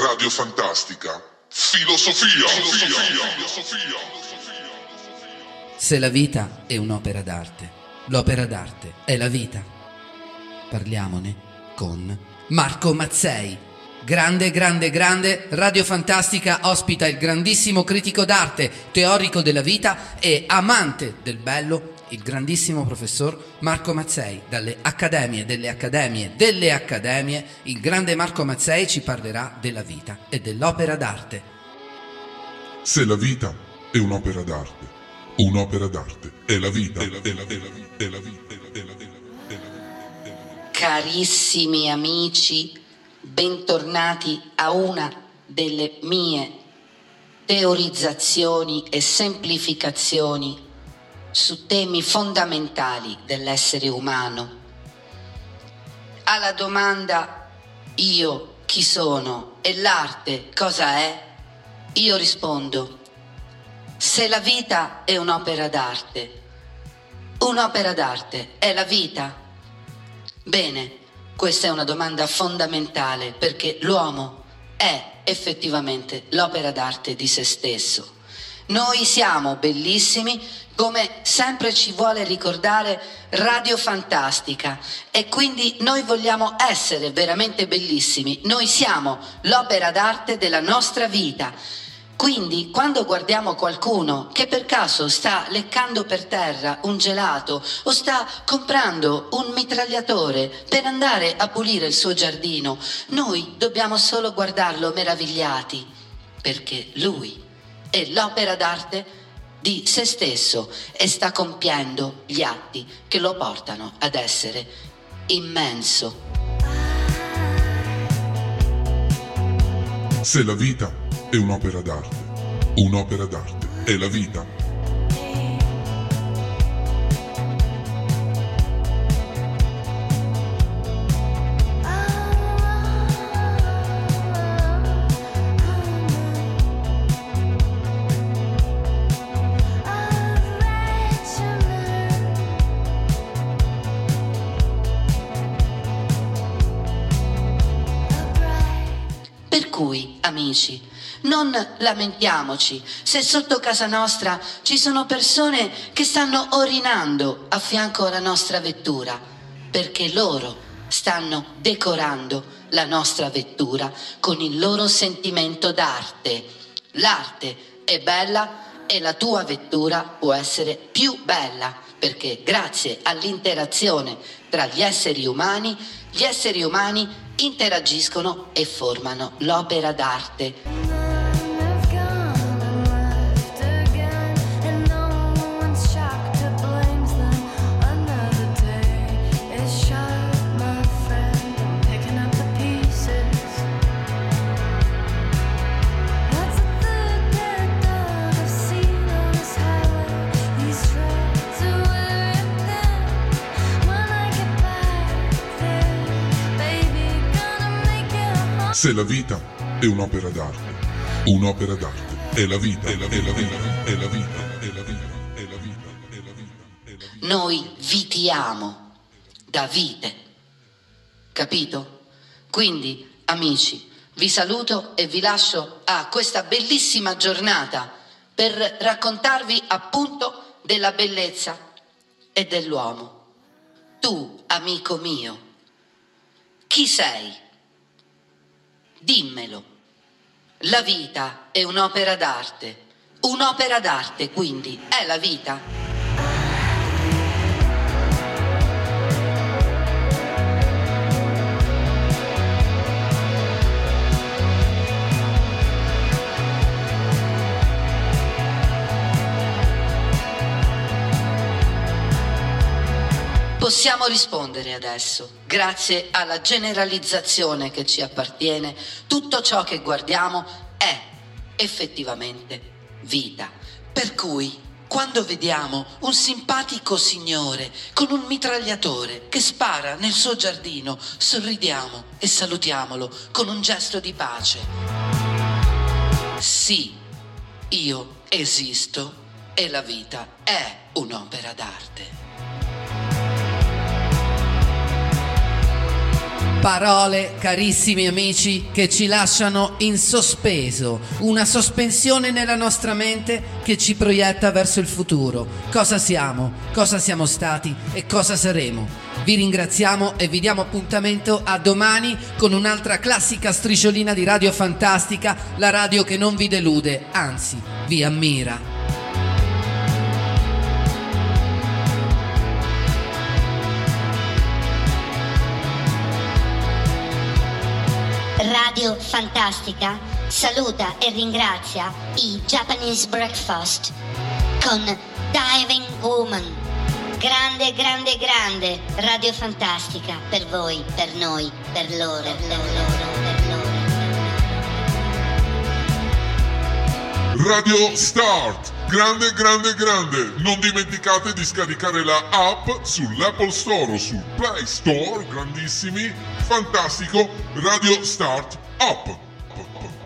Radio Fantastica. Filosofia. Se la vita è un'opera d'arte, l'opera d'arte è la vita. Parliamone con Marco Mazzei. Grande, Radio Fantastica ospita il grandissimo critico d'arte, teorico della vita e amante del bello, il grandissimo professor Marco Mazzei. Dalle accademie, il grande Marco Mazzei ci parlerà della vita e dell'opera d'arte. Se la vita è un'opera d'arte è la vita. Carissimi amici, bentornati a una delle mie teorizzazioni e semplificazioni su temi fondamentali dell'essere umano. Alla domanda io chi sono e l'arte cosa è, io rispondo: se la vita è un'opera d'arte è la vita? Bene, questa è una domanda fondamentale perché l'uomo è effettivamente l'opera d'arte di se stesso. Noi siamo bellissimi, come sempre ci vuole ricordare Radio Fantastica, e quindi noi vogliamo essere veramente bellissimi. Noi siamo l'opera d'arte della nostra vita. Quindi quando guardiamo qualcuno che per caso sta leccando per terra un gelato o sta comprando un mitragliatore per andare a pulire il suo giardino, noi dobbiamo solo guardarlo meravigliati, perché lui è l'opera d'arte di se stesso e sta compiendo gli atti che lo portano ad essere immenso. Se la vita è un'opera d'arte è la vita. Per cui, amici, non lamentiamoci se sotto casa nostra ci sono persone che stanno orinando a fianco alla nostra vettura, perché loro stanno decorando la nostra vettura con il loro sentimento d'arte. L'arte è bella e la tua vettura può essere più bella, perché grazie all'interazione tra gli esseri umani interagiscono e formano l'opera d'arte. Se la vita è un'opera d'arte è la vita. Noi vitiamo da vite, capito? Quindi, amici, vi saluto e vi lascio a questa bellissima giornata per raccontarvi appunto della bellezza e dell'uomo. Tu, amico mio, chi sei? Dimmelo. La vita è un'opera d'arte quindi è la vita. Possiamo rispondere adesso, grazie alla generalizzazione che ci appartiene, tutto ciò che guardiamo è effettivamente vita. Per cui, quando vediamo un simpatico signore con un mitragliatore che spara nel suo giardino, sorridiamo e salutiamolo con un gesto di pace. Sì, io esisto e la vita è un'opera d'arte. Parole, carissimi amici, che ci lasciano in sospeso, una sospensione nella nostra mente che ci proietta verso il futuro. Cosa siamo stati e cosa saremo. Vi ringraziamo e vi diamo appuntamento a domani con un'altra classica strisciolina di Radio Fantastica, la radio che non vi delude, anzi vi ammira. Radio Fantastica saluta e ringrazia i Japanese Breakfast con Diving Woman. Grande, grande, grande Radio Fantastica per voi, per noi, per loro, per loro. Radio Start, grande, grande, grande. Non dimenticate di scaricare la app sull'Apple Store o sul Play Store, grandissimi. Fantastico, Radio Start Up.